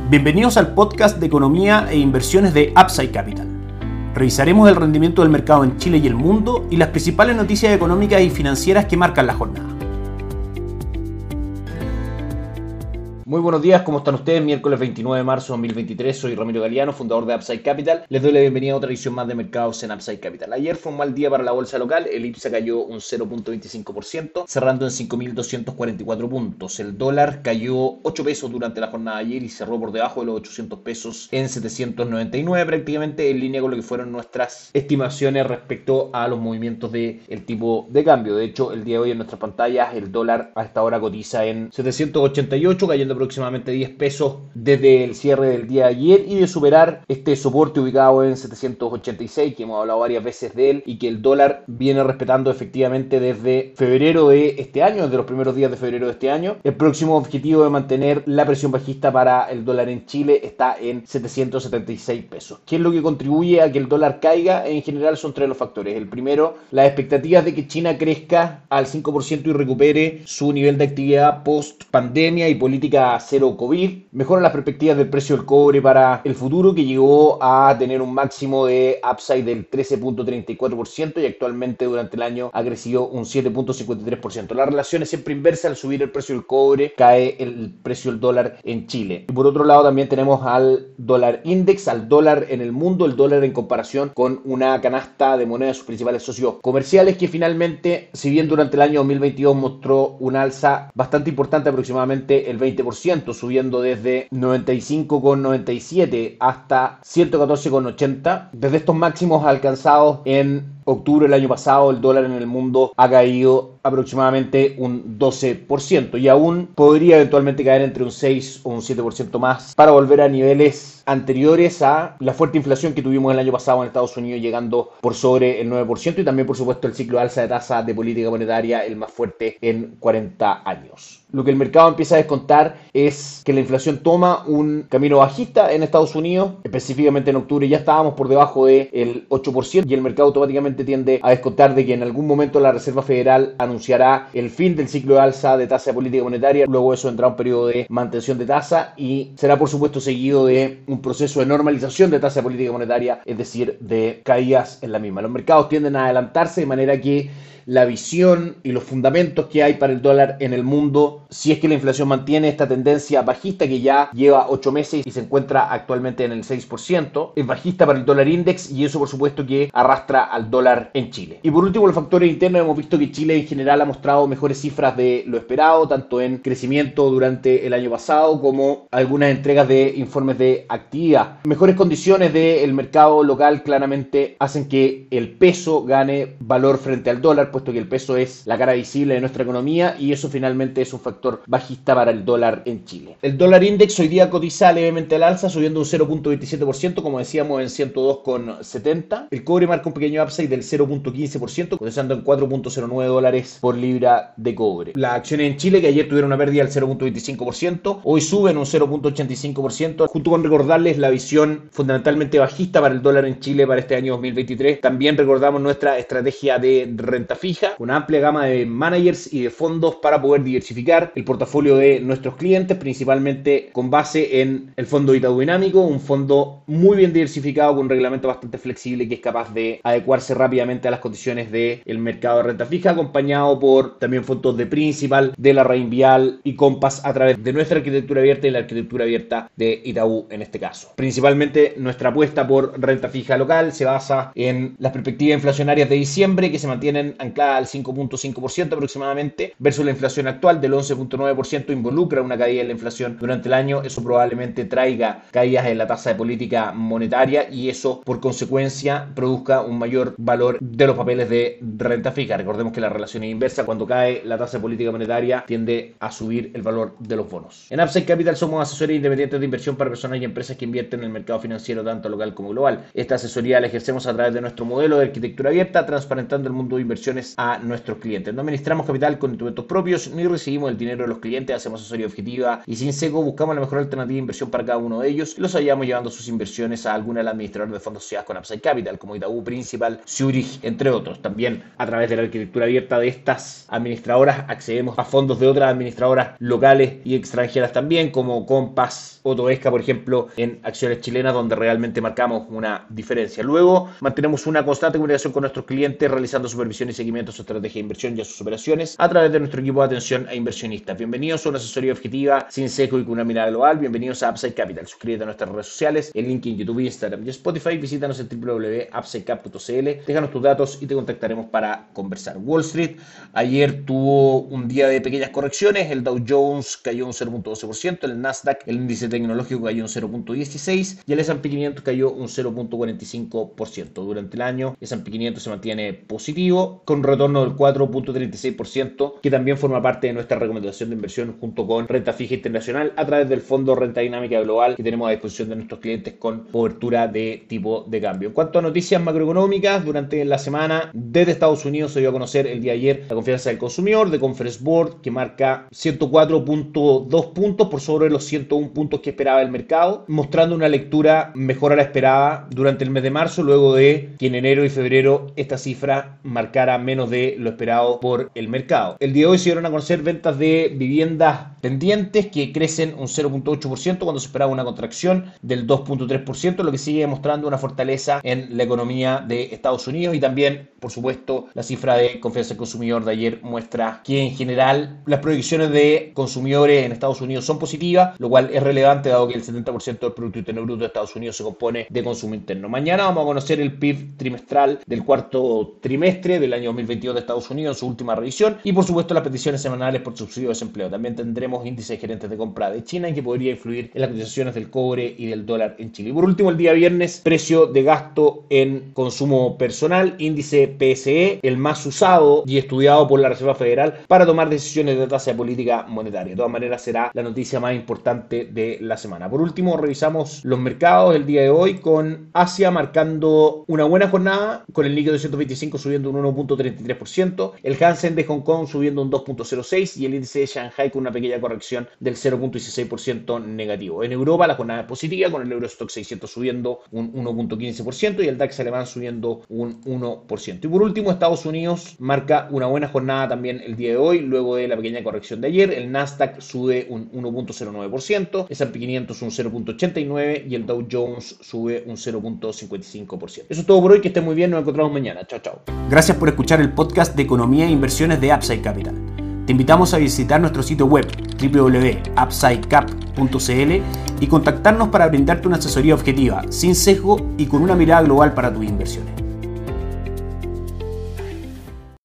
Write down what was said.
Bienvenidos al podcast de economía e inversiones de Upside Capital. Revisaremos el rendimiento del mercado en Chile y el mundo y las principales noticias económicas y financieras que marcan la jornada. Muy buenos días, ¿cómo están ustedes? Miércoles 29 de marzo de 2023, soy Ramiro Galeano, fundador de Upside Capital. Les doy la bienvenida a otra edición más de mercados en Upside Capital. Ayer fue un mal día para la bolsa local, el IPSA cayó un 0.25%, cerrando en 5.244 puntos. El dólar cayó 8 pesos durante la jornada de ayer y cerró por debajo de los 800 pesos en 799, prácticamente en línea con lo que fueron nuestras estimaciones respecto a los movimientos del tipo de cambio. De hecho, el día de hoy en nuestras pantallas el dólar a esta hora cotiza en 788, cayendo aproximadamente 10 pesos desde el cierre del día de ayer y de superar este soporte ubicado en 786 que hemos hablado varias veces de él y que el dólar viene respetando efectivamente desde febrero de este año, desde los primeros días de febrero de este año. El próximo objetivo de mantener la presión bajista para el dólar en Chile está en 776 pesos. ¿Qué es lo que contribuye a que el dólar caiga? En general son tres los factores. El primero, las expectativas de que China crezca al 5% y recupere su nivel de actividad post pandemia y política cero COVID. Mejoran las perspectivas del precio del cobre para el futuro, que llegó a tener un máximo de upside del 13.34% y actualmente durante el año ha crecido un 7.53%. La relación es siempre inversa: al subir el precio del cobre cae el precio del dólar en Chile. Y por otro lado también tenemos al dólar index, al dólar en el mundo, el dólar en comparación con una canasta de monedas de sus principales socios comerciales, que finalmente, si bien durante el año 2022 mostró un alza bastante importante, aproximadamente el 20%, subiendo desde 95,97 hasta 114,80. Desde estos máximos alcanzados en octubre del año pasado, el dólar en el mundo ha caído aproximadamente un 12% y aún podría eventualmente caer entre un 6 o un 7% más para volver a niveles anteriores a la fuerte inflación que tuvimos el año pasado en Estados Unidos, llegando por sobre el 9%, y también por supuesto el ciclo de alza de tasa de política monetaria, el más fuerte en 40 años. Lo que el mercado empieza a descontar es que la inflación toma un camino bajista en Estados Unidos. Específicamente en octubre ya estábamos por debajo del 8% y el mercado automáticamente tiende a descontar de que en algún momento la Reserva Federal anunciará el fin del ciclo de alza de tasa de política monetaria. Luego eso entrará un periodo de mantención de tasa y será por supuesto seguido de un proceso de normalización de tasa de política monetaria, es decir, de caídas en la misma. Los mercados tienden a adelantarse de manera que la visión y los fundamentos que hay para el dólar en el mundo, si es que la inflación mantiene esta tendencia bajista que ya lleva 8 meses y se encuentra actualmente en el 6%, es bajista para el dólar index, y eso por supuesto que arrastra al dólar en Chile. Y por último, los factores internos. Hemos visto que Chile en general ha mostrado mejores cifras de lo esperado, tanto en crecimiento durante el año pasado como algunas entregas de informes de actividad. Mejores condiciones del mercado local claramente hacen que el peso gane valor frente al dólar, puesto que el peso es la cara visible de nuestra economía, y eso finalmente es un factor bajista para el dólar en Chile. El dólar index hoy día cotiza levemente al alza, subiendo un 0.27%, como decíamos, en 102,70. El cobre marca un pequeño upside del 0.15%, cotizando en $4.09 por libra de cobre. Las acciones en Chile, que ayer tuvieron una pérdida del 0.25%, hoy suben un 0.85%, junto con recordarles la visión fundamentalmente bajista para el dólar en Chile para este año 2023. También recordamos nuestra estrategia de renta fija, una amplia gama de managers y de fondos para poder diversificar el portafolio de nuestros clientes, principalmente con base en el fondo Itaú Dinámico, un fondo muy bien diversificado con un reglamento bastante flexible que es capaz de adecuarse rápidamente a las condiciones del mercado de renta fija, acompañado por también fondos de Principal, de la Reinvial y Compass a través de nuestra arquitectura abierta y la arquitectura abierta de Itaú en este caso. Principalmente nuestra apuesta por renta fija local se basa en las perspectivas inflacionarias de diciembre, que se mantienen anclada al 5.5% aproximadamente, versus la inflación actual del 11.9%, involucra una caída en la inflación durante el año. Eso probablemente traiga caídas en la tasa de política monetaria y eso por consecuencia produzca un mayor valor de los papeles de renta fija. Recordemos que la relación es inversa: cuando cae la tasa de política monetaria tiende a subir el valor de los bonos. En Upside Capital somos asesores independientes de inversión para personas y empresas que invierten en el mercado financiero tanto local como global. Esta asesoría la ejercemos a través de nuestro modelo de arquitectura abierta, transparentando el mundo de inversiones inversiones a nuestros clientes. No administramos capital con instrumentos propios ni recibimos el dinero de los clientes, hacemos asesoría objetiva y sin sesgo, buscamos la mejor alternativa de inversión para cada uno de ellos y los ayudamos llevando sus inversiones a alguna de las administradoras de fondos asociadas con Upside Capital, como Itaú, Principal, Zurich, entre otros. También a través de la arquitectura abierta de estas administradoras accedemos a fondos de otras administradoras locales y extranjeras también, como Compass o Toesca, por ejemplo, en acciones chilenas, donde realmente marcamos una diferencia. Luego, mantenemos una constante comunicación con nuestros clientes, realizando supervisión y seguimiento a su estrategia de inversión y a sus operaciones a través de nuestro equipo de atención a inversionistas. Bienvenidos a una asesoría objetiva, sin sesgo y con una mirada global. Bienvenidos a Upside Capital. Suscríbete a nuestras redes sociales, el link en YouTube, Instagram y Spotify. Visítanos en www.upsidecap.cl. Déjanos tus datos y te contactaremos para conversar. Wall Street ayer tuvo un día de pequeñas correcciones. El Dow Jones cayó un 0.12%, el Nasdaq, el índice tecnológico, cayó un 0.16% y el S&P 500 cayó un 0.45%. Durante el año, el S&P 500 se mantiene positivo con un retorno del 4.36%, que también forma parte de nuestra recomendación de inversión junto con renta fija internacional a través del fondo Renta Dinámica Global que tenemos a disposición de nuestros clientes con cobertura de tipo de cambio. En cuanto a noticias macroeconómicas, durante la semana desde Estados Unidos se dio a conocer el día de ayer la confianza del consumidor de Conference Board, que marca 104.2 puntos por sobre los 101 puntos que esperaba el mercado, mostrando una lectura mejor a la esperada durante el mes de marzo, luego de que en enero y febrero esta cifra marcara menos de lo esperado por el mercado. El día de hoy se dieron a conocer ventas de viviendas pendientes que crecen un 0.8% cuando se esperaba una contracción del 2.3%, lo que sigue demostrando una fortaleza en la economía de Estados Unidos. Y también, por supuesto, la cifra de confianza del consumidor de ayer muestra que en general las proyecciones de consumidores en Estados Unidos son positivas, lo cual es relevante dado que el 70% del Producto Interno Bruto de Estados Unidos se compone de consumo interno. Mañana vamos a conocer el PIB trimestral del cuarto trimestre del año 2022 de Estados Unidos en su última revisión y, por supuesto, las peticiones semanales por subsidio de desempleo. También tendremos índice de gerentes de compra de China, que podría influir en las cotizaciones del cobre y del dólar en Chile. Y por último, el día viernes, precio de gasto en consumo personal, índice PSE, el más usado y estudiado por la Reserva Federal para tomar decisiones de tasa de política monetaria. De todas maneras, será la noticia más importante de la semana. Por último, revisamos los mercados el día de hoy, con Asia marcando una buena jornada, con el Nikkei 225 subiendo un 1.33%, el Hansen de Hong Kong subiendo un 2.06% y el índice de Shanghai con una pequeña corrección del 0.16% negativo. En Europa la jornada es positiva, con el Eurostock 600 subiendo un 1.15% y el DAX alemán subiendo un 1%. Y por último, Estados Unidos marca una buena jornada también el día de hoy, luego de la pequeña corrección de ayer. El Nasdaq sube un 1.09%, el S&P 500 un 0.89% y el Dow Jones sube un 0.55%. Eso es todo por hoy, que estén muy bien, nos encontramos mañana. Chao, chao. Gracias por escuchar el podcast de Economía e Inversiones de Upside Capital. Te invitamos a visitar nuestro sitio web www.upsidecap.cl y contactarnos para brindarte una asesoría objetiva, sin sesgo y con una mirada global para tus inversiones.